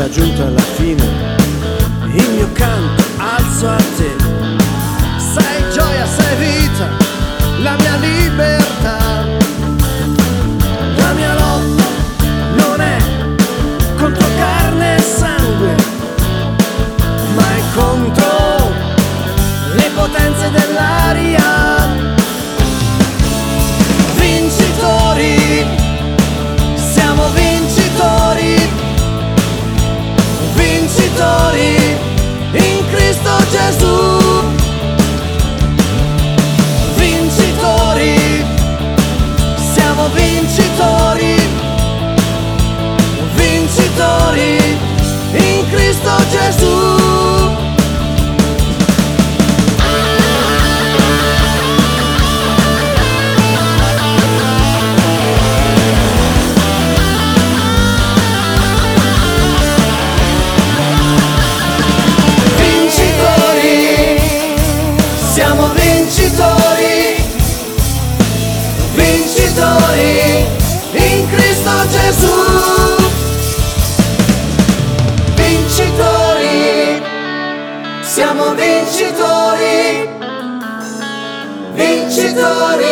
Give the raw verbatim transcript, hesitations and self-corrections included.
giunto alla fine, il mio canto alzo a te. Sei gioia, sei vita, la mia libertà. La mia lotta non è contro carne e sangue, ma è contro le potenze dell'aria. Vincitori, siamo vincitori, vincitori in Cristo Gesù. Vincitori, siamo vincitori, vincitori in Cristo Gesù. Siamo vincitori, vincitori in Cristo Gesù. Vincitori, siamo vincitori, vincitori